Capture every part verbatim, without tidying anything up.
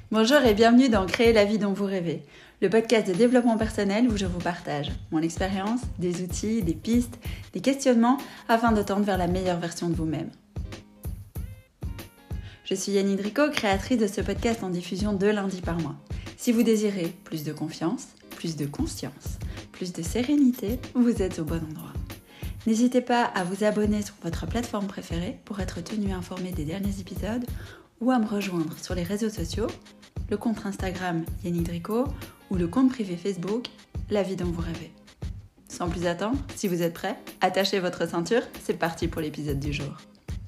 Bonjour et bienvenue dans Créer la vie dont vous rêvez, le podcast de développement personnel où je vous partage mon expérience, des outils, des pistes, des questionnements afin de tendre vers la meilleure version de vous-même. Je suis Yanni Dricot, créatrice de ce podcast en diffusion deux lundis par mois. Si vous désirez plus de confiance, plus de conscience, plus de sérénité, vous êtes au bon endroit. N'hésitez pas à vous abonner sur votre plateforme préférée pour être tenu informé des derniers épisodes ou à me rejoindre sur les réseaux sociaux, le compte Instagram Yanni Dricot ou le compte privé Facebook La vie dont vous rêvez. Sans plus attendre, si vous êtes prêts, attachez votre ceinture, c'est parti pour l'épisode du jour.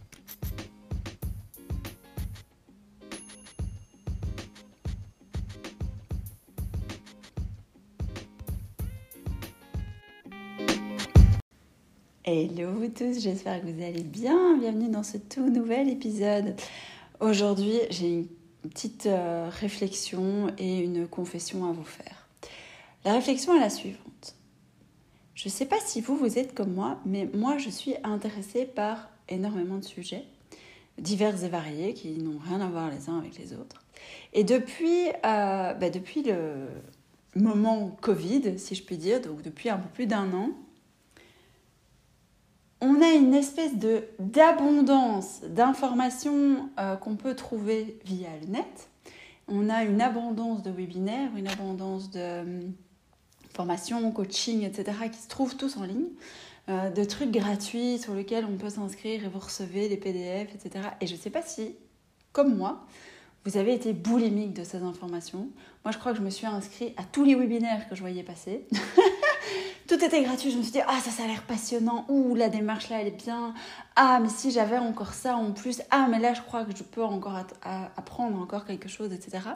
Hello vous tous, j'espère que vous allez bien. Bienvenue dans ce tout nouvel épisode. Aujourd'hui, j'ai une petite euh, réflexion et une confession à vous faire. La réflexion est la suivante. Je ne sais pas si vous, vous êtes comme moi, mais moi, je suis intéressée par énormément de sujets, divers et variés, qui n'ont rien à voir les uns avec les autres. Et depuis, euh, bah, depuis le moment Covid, si je puis dire, donc depuis un peu plus d'un an, on a une espèce de, d'abondance d'informations euh, qu'on peut trouver via le net. On a une abondance de webinaires, une abondance de euh, formations, coaching, et cetera qui se trouvent tous en ligne, euh, de trucs gratuits sur lesquels on peut s'inscrire et vous recevez des P D F, et cetera. Et je ne sais pas si, comme moi, vous avez été boulimique de ces informations. Moi, je crois que je me suis inscrite à tous les webinaires que je voyais passer. Tout était gratuit, je me suis dit, ah ça, ça a l'air passionnant, ouh, la démarche là, elle est bien, ah mais si j'avais encore ça en plus, ah mais là je crois que je peux encore at- à- apprendre encore quelque chose, et cetera.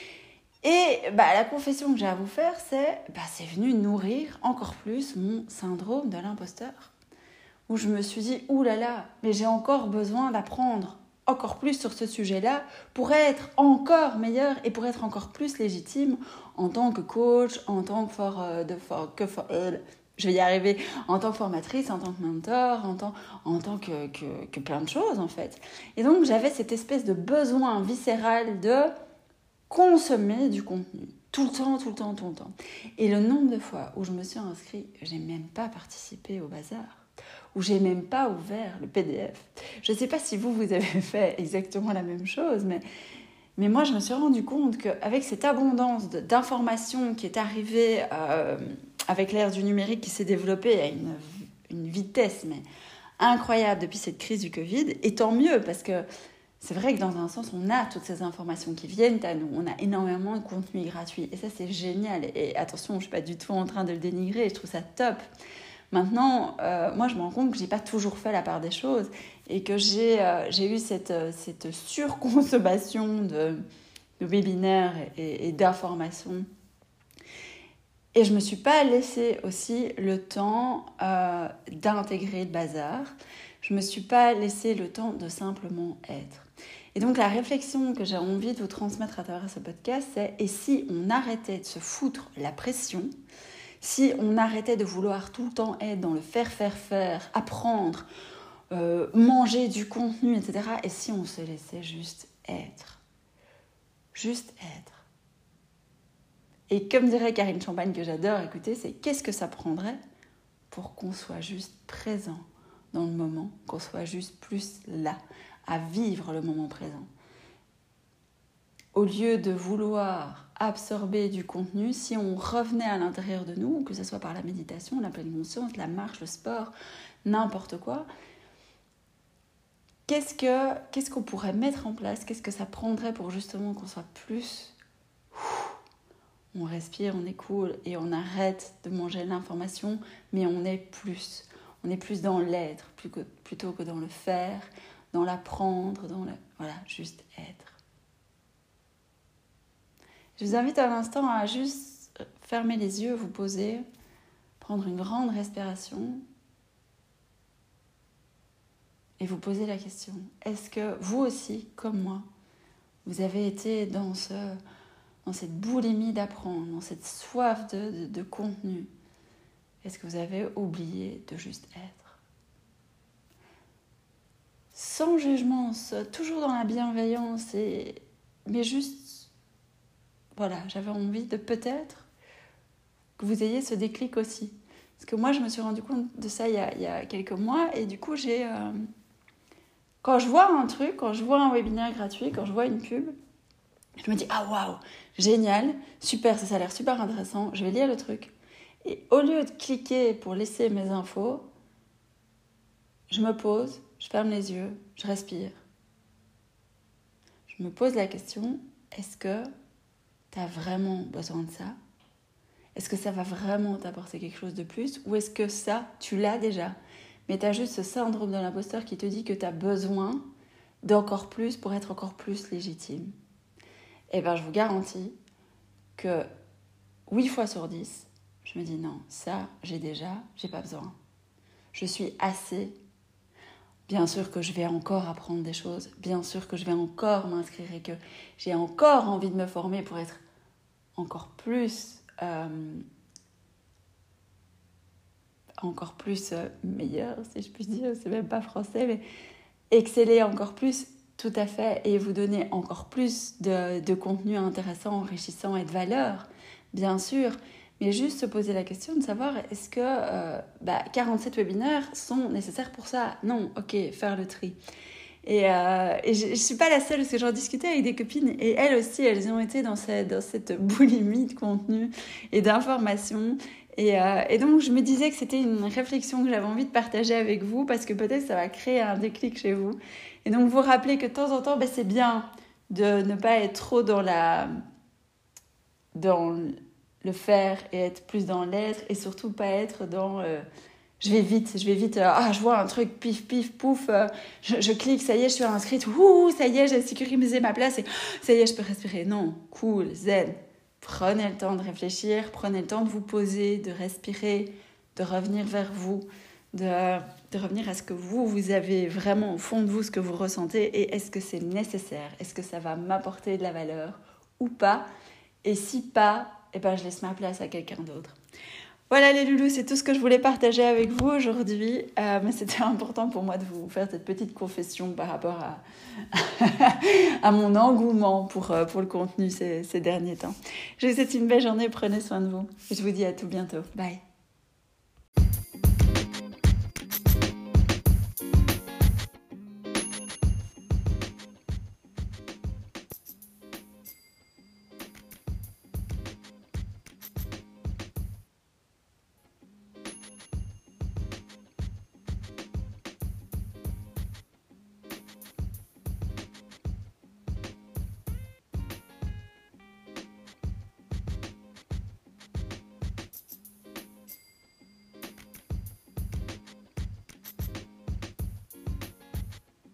Et bah, la confession que j'ai à vous faire, c'est, bah, c'est venu nourrir encore plus mon syndrome de l'imposteur, où je me suis dit, ouh là là, mais j'ai encore besoin d'apprendre encore plus sur ce sujet-là pour être encore meilleure et pour être encore plus légitime en tant que coach, en tant que, for, de for, que for, euh, je vais y arriver, en tant que formatrice, en tant que mentor, en tant, en tant que, que, que plein de choses en fait. Et donc j'avais cette espèce de besoin viscéral de consommer du contenu tout le temps, tout le temps, tout le temps. Et le nombre de fois où je me suis inscrite, j'ai même pas participé au bazar, où j'ai même pas ouvert le P D F. Je ne sais pas si vous, vous avez fait exactement la même chose, mais, mais moi, je me suis rendu compte qu'avec cette abondance de, d'informations qui est arrivée euh, avec l'ère du numérique qui s'est développée à une, une vitesse mais incroyable depuis cette crise du Covid, et tant mieux, parce que c'est vrai que dans un sens, on a toutes ces informations qui viennent à nous. On a énormément de contenu gratuit. Et ça, c'est génial. Et attention, je ne suis pas du tout en train de le dénigrer. Je trouve ça top. Maintenant, euh, moi, je me rends compte que je n'ai pas toujours fait la part des choses et que j'ai, euh, j'ai eu cette, cette surconsommation de, de webinaires et, et d'informations. Et je ne me suis pas laissé aussi le temps euh, d'intégrer le bazar. Je ne me suis pas laissé le temps de simplement être. Et donc la réflexion que j'ai envie de vous transmettre à travers ce podcast, c'est « et si on arrêtait de se foutre la pression ?» Si on arrêtait de vouloir tout le temps être dans le faire, faire, faire, apprendre, euh, manger du contenu, et cetera. Et si on se laissait juste être. Juste être. Et comme dirait Karine Champagne, que j'adore écouter, c'est qu'est-ce que ça prendrait pour qu'on soit juste présent dans le moment, qu'on soit juste plus là, à vivre le moment présent. Au lieu de vouloir absorber du contenu, si on revenait à l'intérieur de nous, que ce soit par la méditation, la pleine conscience, la marche, le sport, n'importe quoi, qu'est-ce, que, qu'est-ce qu'on pourrait mettre en place? Qu'est-ce que ça prendrait pour justement qu'on soit plus... On respire, on est cool et on arrête de manger l'information, mais on est plus. On est plus dans l'être plutôt que dans le faire, dans l'apprendre, dans le... Voilà, juste être. Je vous invite un instant à juste fermer les yeux, vous poser, prendre une grande respiration et vous poser la question. Est-ce que vous aussi, comme moi, vous avez été dans, ce, dans cette boulimie d'apprendre, dans cette soif de, de, de contenu? Est-ce que vous avez oublié de juste être? Sans jugement, toujours dans la bienveillance, et, mais juste voilà, j'avais envie de peut-être que vous ayez ce déclic aussi. Parce que moi, je me suis rendu compte de ça il y a, il y a quelques mois. Et du coup, j'ai... Euh, quand je vois un truc, quand je vois un webinaire gratuit, quand je vois une pub, je me dis, ah waouh, génial, super, ça, ça a l'air super intéressant, je vais lire le truc. Et au lieu de cliquer pour laisser mes infos, je me pose, je ferme les yeux, je respire. Je me pose la question, est-ce que tu as vraiment besoin de ça ? Est-ce que ça va vraiment t'apporter quelque chose de plus ? Ou est-ce que ça, tu l'as déjà ? Mais tu as juste ce syndrome de l'imposteur qui te dit que tu as besoin d'encore plus pour être encore plus légitime. Eh bien, je vous garantis que huit fois sur dix, je me dis non, ça, j'ai déjà, j'ai pas besoin. Je suis assez. Bien sûr que je vais encore apprendre des choses, bien sûr que je vais encore m'inscrire et que j'ai encore envie de me former pour être encore plus, euh, encore plus euh, meilleur, si je puis dire, c'est même pas français, mais exceller encore plus, tout à fait, et vous donner encore plus de, de contenu intéressant, enrichissant et de valeur, bien sûr. Mais juste se poser la question de savoir, est-ce que euh, bah, quarante-sept webinaires sont nécessaires pour ça ? Non, ok, faire le tri. Et, euh, et je ne suis pas la seule, parce que j'en discutais avec des copines, et elles aussi, elles ont été dans cette, dans cette boulimie de contenu et d'informations. Et, euh, et donc, je me disais que c'était une réflexion que j'avais envie de partager avec vous, parce que peut-être ça va créer un déclic chez vous. Et donc, vous rappelez que de temps en temps, ben, c'est bien de ne pas être trop dans la... dans le faire et être plus dans l'être, et surtout pas être dans euh, je vais vite, je vais vite, euh, ah je vois un truc, pif pif pouf, euh, je, je clique, ça y est, je suis inscrite, ouh, ça y est, j'ai sécurisé ma place et ça y est, je peux respirer. Non, cool, zen. Prenez le temps de réfléchir, prenez le temps de vous poser, de respirer, de revenir vers vous, de, de revenir à ce que vous, vous avez vraiment au fond de vous, ce que vous ressentez, et est-ce que c'est nécessaire, est-ce que ça va m'apporter de la valeur ou pas, et si pas, eh ben, je laisse ma place à quelqu'un d'autre. Voilà les loulous, c'est tout ce que je voulais partager avec vous aujourd'hui. Euh, mais c'était important pour moi de vous faire cette petite confession par rapport à, à mon engouement pour, pour le contenu ces, ces derniers temps. Je vous souhaite une belle journée, prenez soin de vous. Et je vous dis à tout bientôt. Bye.